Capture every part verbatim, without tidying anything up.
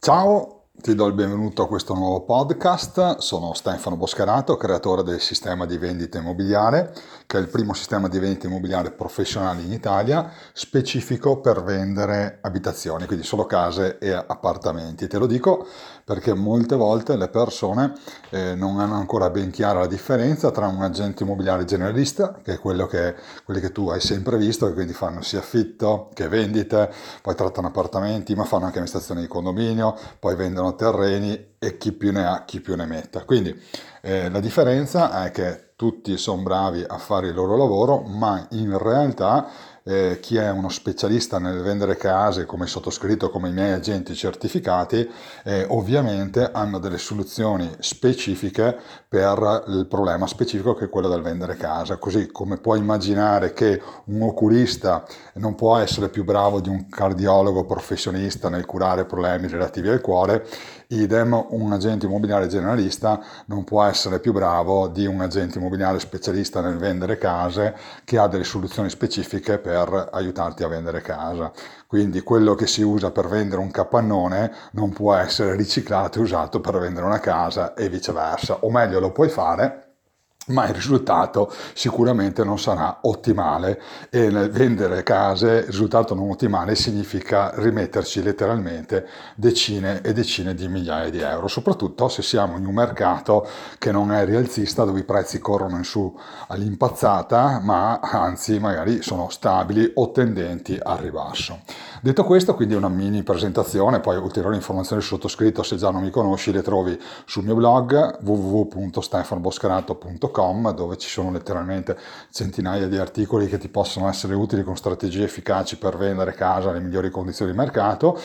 Ciao, ti do il benvenuto a questo nuovo podcast. Sono Stefano Boscarato, creatore del sistema di vendita immobiliare, che è il primo sistema di vendita immobiliare professionale in Italia, specifico per vendere abitazioni, quindi solo case e appartamenti. Te lo dico perché molte volte le persone eh, non hanno ancora ben chiara la differenza tra un agente immobiliare generalista, che è quello che, quelli che tu hai sempre visto, che quindi fanno sia affitto che vendite, poi trattano appartamenti, ma fanno anche amministrazione di condominio, poi vendono terreni e chi più ne ha, chi più ne metta. Quindi eh, la differenza è che tutti sono bravi a fare il loro lavoro, ma in realtà eh, chi è uno specialista nel vendere case, come il sottoscritto, come i miei agenti certificati, eh, ovviamente hanno delle soluzioni specifiche per il problema specifico che è quello del vendere casa. Così come puoi immaginare che un oculista non può essere più bravo di un cardiologo professionista nel curare problemi relativi al cuore, idem un agente immobiliare generalista non può essere più bravo di un agente immobiliare specialista nel vendere case che ha delle soluzioni specifiche per aiutarti a vendere casa. Quindi quello che si usa per vendere un capannone non può essere riciclato e usato per vendere una casa e viceversa, o meglio lo puoi fare, ma il risultato sicuramente non sarà ottimale, e nel vendere case il risultato non ottimale significa rimetterci letteralmente decine e decine di migliaia di euro, soprattutto se siamo in un mercato che non è rialzista, dove i prezzi corrono in su all'impazzata, ma anzi magari sono stabili o tendenti al ribasso. Detto questo, quindi una mini presentazione, poi ulteriori informazioni sul sottoscritto, se già non mi conosci, le trovi sul mio blog w w w punto stefano boscarato punto com, dove ci sono letteralmente centinaia di articoli che ti possono essere utili con strategie efficaci per vendere casa alle migliori condizioni di mercato.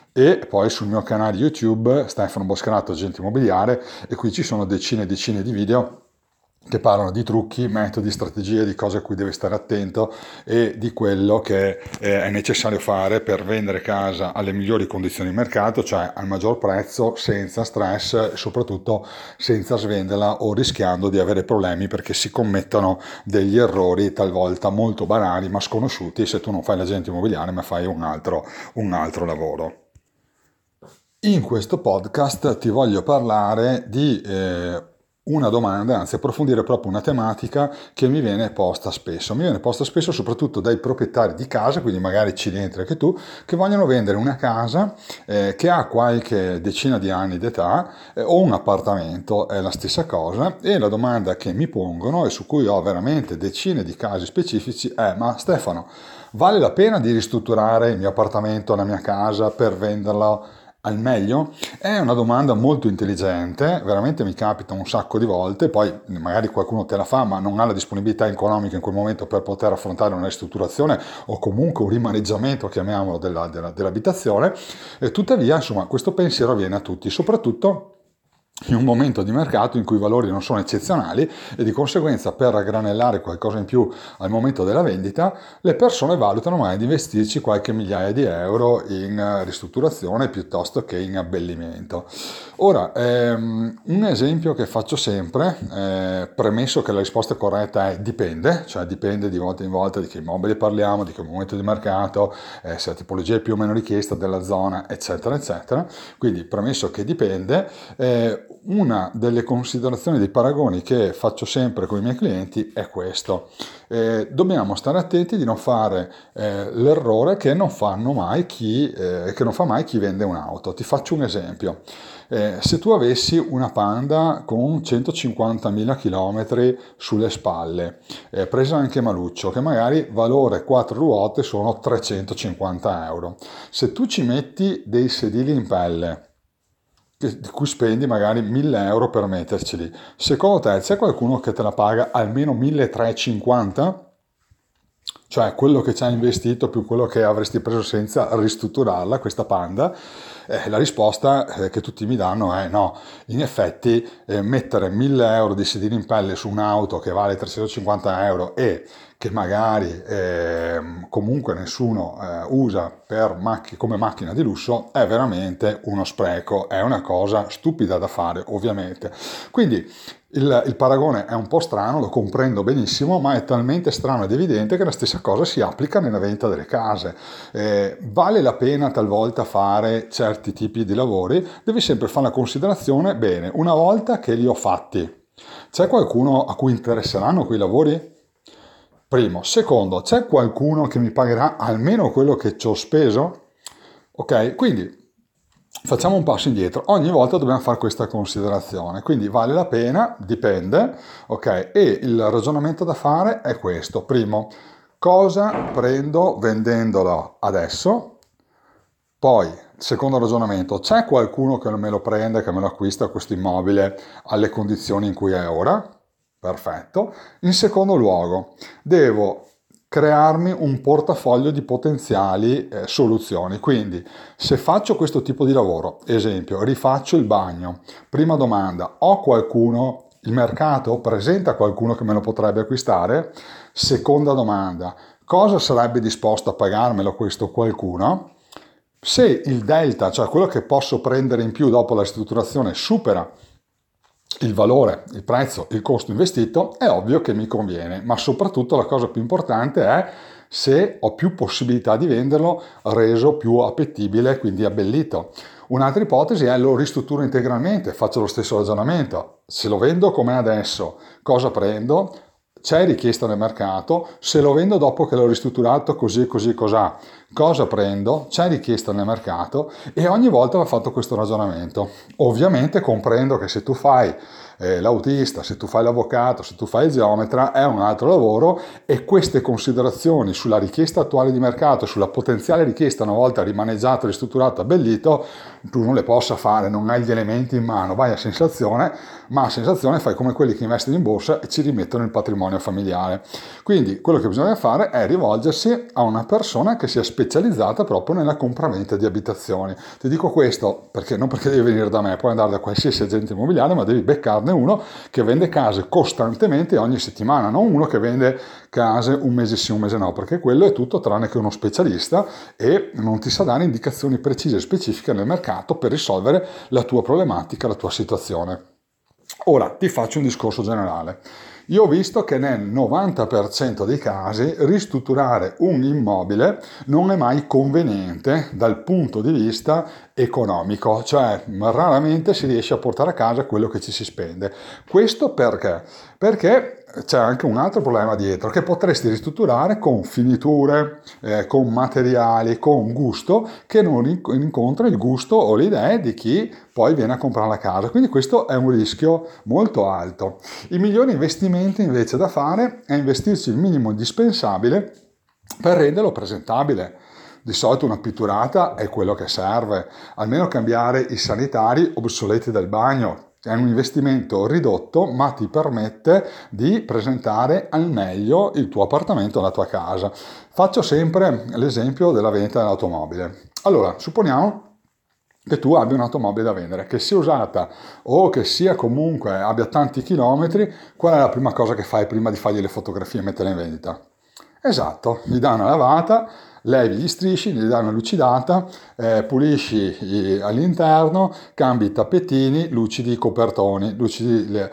E poi sul mio canale YouTube Stefano Boscarato Agente Immobiliare, e qui ci sono decine e decine di video che parlano di trucchi, metodi, strategie, di cose a cui devi stare attento e di quello che eh, è necessario fare per vendere casa alle migliori condizioni di mercato, cioè al maggior prezzo, senza stress e soprattutto senza svenderla o rischiando di avere problemi perché si commettono degli errori talvolta molto banali ma sconosciuti se tu non fai l'agente immobiliare ma fai un altro, un altro lavoro. In questo podcast ti voglio parlare di eh, una domanda, anzi approfondire proprio una tematica che mi viene posta spesso. Mi viene posta spesso soprattutto dai proprietari di casa, quindi magari ci rientri anche tu, che vogliono vendere una casa eh, che ha qualche decina di anni d'età eh, o un appartamento, è la stessa cosa, e la domanda che mi pongono e su cui ho veramente decine di casi specifici è: ma Stefano, vale la pena di ristrutturare il mio appartamento, la mia casa per venderla al meglio? È una domanda molto intelligente, veramente mi capita un sacco di volte, poi magari qualcuno te la fa ma non ha la disponibilità economica in quel momento per poter affrontare una ristrutturazione o comunque un rimaneggiamento, chiamiamolo, della, della, dell'abitazione, e tuttavia insomma questo pensiero viene a tutti, soprattutto in un momento di mercato in cui i valori non sono eccezionali e di conseguenza per raggranellare qualcosa in più al momento della vendita le persone valutano mai di investirci qualche migliaia di euro in ristrutturazione piuttosto che in abbellimento. Ora, ehm, un esempio che faccio sempre, eh, premesso che la risposta corretta è dipende, cioè dipende di volta in volta di che immobile parliamo, di che momento di mercato, eh, se la tipologia è più o meno richiesta della zona, eccetera, eccetera. Quindi, premesso che dipende, eh, una delle considerazioni, dei paragoni che faccio sempre con i miei clienti è questo: eh, dobbiamo stare attenti di non fare eh, l'errore che non fanno mai chi, eh, che non fa mai chi vende un'auto. Ti faccio un esempio: eh, se tu avessi una Panda con centocinquantamila chilometri sulle spalle, eh, presa anche maluccio, che magari valore quattro ruote sono trecentocinquanta euro, se tu ci metti dei sedili in pelle di cui spendi magari mille euro per metterceli, secondo te c'è qualcuno che te la paga almeno milletrecentocinquanta? Cioè quello che ci hai investito più quello che avresti preso senza ristrutturarla, questa Panda? Eh, la risposta eh, che tutti mi danno è no. In effetti eh, mettere mille euro di sedili in pelle su un'auto che vale trecentocinquanta euro e che magari eh, comunque nessuno eh, usa per macch- come macchina di lusso, è veramente uno spreco, è una cosa stupida da fare ovviamente. Quindi il, il paragone è un po' strano, lo comprendo benissimo, ma è talmente strano ed evidente che la stessa cosa si applica nella vendita delle case. Eh, vale la pena talvolta fare certi tipi di lavori? Devi sempre fare la considerazione, bene, una volta che li ho fatti, c'è qualcuno a cui interesseranno quei lavori? Primo. Secondo, c'è qualcuno che mi pagherà almeno quello che ci ho speso? Ok, quindi facciamo un passo indietro. Ogni volta dobbiamo fare questa considerazione, quindi vale la pena, dipende, ok? E il ragionamento da fare è questo. Primo, cosa prendo vendendolo adesso? Poi, secondo ragionamento, c'è qualcuno che me lo prende, che me lo acquista questo immobile alle condizioni in cui è ora? Perfetto. In secondo luogo, devo crearmi un portafoglio di potenziali eh, soluzioni. Quindi, se faccio questo tipo di lavoro, esempio, rifaccio il bagno, prima domanda, ho qualcuno, il mercato presenta qualcuno che me lo potrebbe acquistare? Seconda domanda, cosa sarebbe disposto a pagarmelo questo qualcuno? Se il delta, cioè quello che posso prendere in più dopo la ristrutturazione, supera il valore, il prezzo, il costo investito, è ovvio che mi conviene, ma soprattutto la cosa più importante è se ho più possibilità di venderlo reso più appetibile, quindi abbellito. Un'altra ipotesi è lo ristrutturo integralmente, faccio lo stesso ragionamento. Se lo vendo come adesso, cosa prendo? C'è richiesta nel mercato, se lo vendo dopo che l'ho ristrutturato così così cos'ha, cosa prendo? C'è richiesta nel mercato e ogni volta va fatto questo ragionamento. Ovviamente comprendo che se tu fai eh, l'autista, se tu fai l'avvocato, se tu fai il geometra è un altro lavoro e queste considerazioni sulla richiesta attuale di mercato, sulla potenziale richiesta una volta rimaneggiato, ristrutturato, abbellito, tu non le possa fare, non hai gli elementi in mano, vai a sensazione, ma a sensazione fai come quelli che investono in borsa e ci rimettono il patrimonio familiare. Quindi quello che bisogna fare è rivolgersi a una persona che sia specializzata proprio nella compravendita di abitazioni. Ti dico questo perché non perché devi venire da me, puoi andare da qualsiasi agente immobiliare, ma devi beccarne uno che vende case costantemente ogni settimana, non uno che vende case un mese sì, un mese no, perché quello è tutto tranne che uno specialista e non ti sa dare indicazioni precise e specifiche nel mercato per risolvere la tua problematica, la tua situazione. Ora ti faccio un discorso generale. Io ho visto che nel novanta per cento dei casi ristrutturare un immobile non è mai conveniente dal punto di vista economico, cioè raramente si riesce a portare a casa quello che ci si spende. Questo perché? Perché c'è anche un altro problema dietro, che potresti ristrutturare con finiture, eh, con materiali, con gusto, che non incontra il gusto o le idee di chi poi viene a comprare la casa. Quindi questo è un rischio molto alto. Il migliore investimento invece da fare è investirci il minimo indispensabile per renderlo presentabile. Di solito una pitturata è quello che serve, almeno cambiare i sanitari obsoleti del bagno. È un investimento ridotto, ma ti permette di presentare al meglio il tuo appartamento, la tua casa. Faccio sempre l'esempio della vendita dell'automobile. Allora, supponiamo che tu abbia un'automobile da vendere, che sia usata o che sia comunque abbia tanti chilometri, qual è la prima cosa che fai prima di fargli le fotografie e metterle in vendita? Esatto, gli dai una lavata, levi gli strisci, gli dai una lucidata, eh, pulisci i, all'interno, cambi i tappetini, lucidi i copertoni, lucidi le,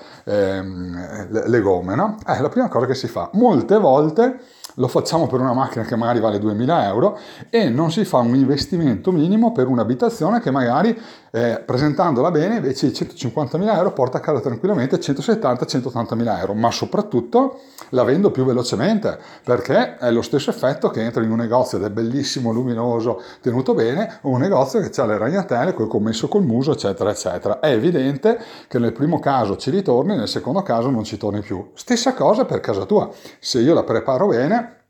ehm, le, le gomme, no? È la prima cosa che si fa. Molte volte lo facciamo per una macchina che magari vale duemila euro e non si fa un investimento minimo per un'abitazione che magari eh, presentandola bene invece di centocinquantamila euro porta a casa tranquillamente centosettanta centottantamila euro, ma soprattutto la vendo più velocemente perché è lo stesso effetto che entra in un negozio ed è bellissimo, luminoso, tenuto bene, o un negozio che ha le ragnatele, quel commesso col muso, eccetera, eccetera. È evidente che nel primo caso ci ritorni, nel secondo caso non ci torni più. Stessa cosa per casa tua. Se io la preparo bene,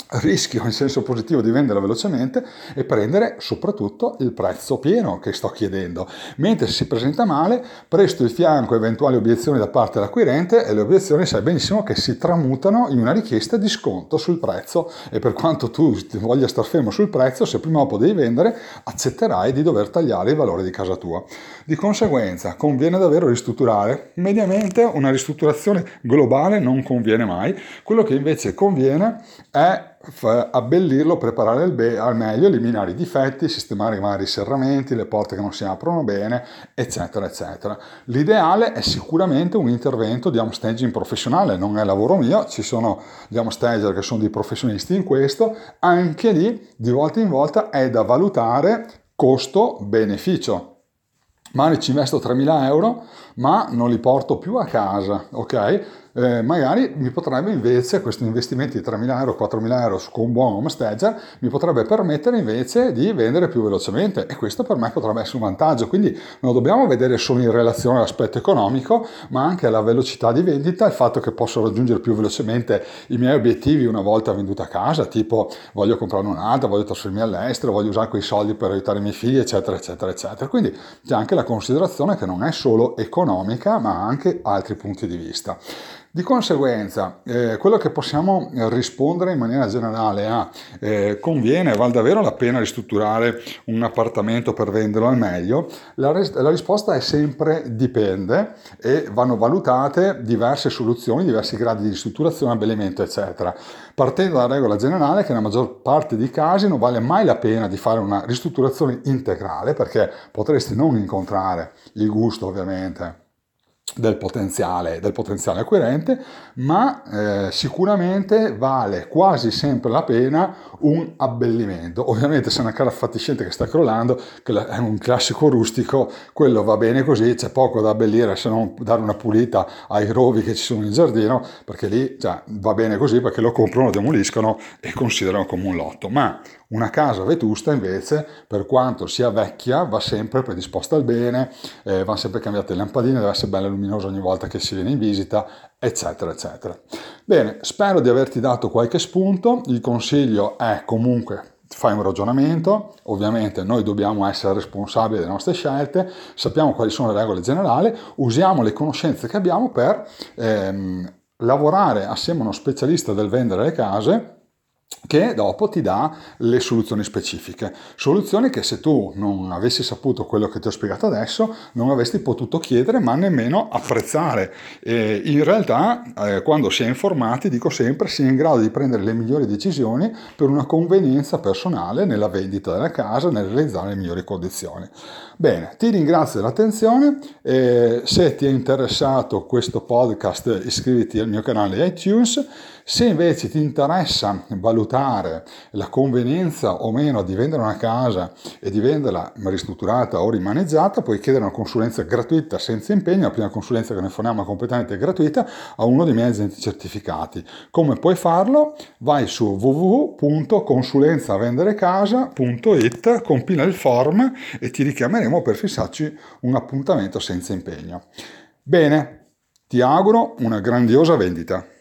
rischio in senso positivo di vendere velocemente e prendere soprattutto il prezzo pieno che sto chiedendo, mentre se si presenta male presto il fianco eventuali obiezioni da parte dell'acquirente e le obiezioni sai benissimo che si tramutano in una richiesta di sconto sul prezzo e per quanto tu voglia star fermo sul prezzo, se prima o poi devi vendere accetterai di dover tagliare il valore di casa tua. Di conseguenza conviene davvero ristrutturare. Mediamente una ristrutturazione globale non conviene mai, quello che invece conviene è abbellirlo, preparare al meglio, eliminare i difetti, sistemare i vari serramenti, le porte che non si aprono bene, eccetera, eccetera. L'ideale è sicuramente un intervento di homestaging professionale, non è lavoro mio, ci sono gli homestager che sono dei professionisti in questo, anche lì di volta in volta è da valutare costo-beneficio. Magari ci investo tremila euro, ma non li porto più a casa, ok? Eh, magari mi potrebbe invece, questo investimento di tremila euro, quattromila euro con un buon homestager, mi potrebbe permettere invece di vendere più velocemente e questo per me potrebbe essere un vantaggio, quindi non dobbiamo vedere solo in relazione all'aspetto economico, ma anche alla velocità di vendita, il fatto che posso raggiungere più velocemente i miei obiettivi una volta venduta a casa, tipo voglio comprare un'altra, voglio trasferirmi all'estero, voglio usare quei soldi per aiutare i miei figli, eccetera, eccetera, eccetera. Quindi c'è anche la considerazione che non è solo economica, ma anche altri punti di vista. Di conseguenza, eh, quello che possiamo rispondere in maniera generale a eh, conviene, vale davvero la pena ristrutturare un appartamento per venderlo al meglio? La, res- la risposta è sempre dipende e vanno valutate diverse soluzioni, diversi gradi di ristrutturazione, abbellimento, eccetera. Partendo dalla regola generale che nella maggior parte dei casi non vale mai la pena di fare una ristrutturazione integrale perché potresti non incontrare il gusto ovviamente del potenziale, del potenziale acquirente, ma eh, sicuramente vale quasi sempre la pena un abbellimento. Ovviamente se è una casa fatiscente che sta crollando, che è un classico rustico, quello va bene così, c'è poco da abbellire se non dare una pulita ai rovi che ci sono in giardino, perché lì cioè, va bene così perché lo comprano, lo demoliscono e considerano come un lotto. Ma una casa vetusta invece, per quanto sia vecchia, va sempre predisposta al bene, eh, vanno sempre cambiate le lampadine, deve essere bella luminosa ogni volta che si viene in visita, eccetera, eccetera. Bene, spero di averti dato qualche spunto, il consiglio è comunque fai un ragionamento, ovviamente noi dobbiamo essere responsabili delle nostre scelte, sappiamo quali sono le regole generali, usiamo le conoscenze che abbiamo per ehm, lavorare assieme a uno specialista del vendere le case che dopo ti dà le soluzioni specifiche, soluzioni che se tu non avessi saputo quello che ti ho spiegato adesso non avresti potuto chiedere ma nemmeno apprezzare. E in realtà eh, quando si è informati, dico sempre, si è in grado di prendere le migliori decisioni per una convenienza personale nella vendita della casa, nel realizzare le migliori condizioni. Bene, ti ringrazio dell'attenzione, eh, se ti è interessato questo podcast iscriviti al mio canale iTunes, se invece ti interessa valutare la convenienza o meno di vendere una casa e di venderla ristrutturata o rimaneggiata, puoi chiedere una consulenza gratuita senza impegno, la prima consulenza che noi forniamo è completamente gratuita, a uno dei miei agenti certificati. Come puoi farlo? Vai su w w w punto consulenza vendere casa punto it, compila il form e ti richiameremo per fissarci un appuntamento senza impegno. Bene, ti auguro una grandiosa vendita.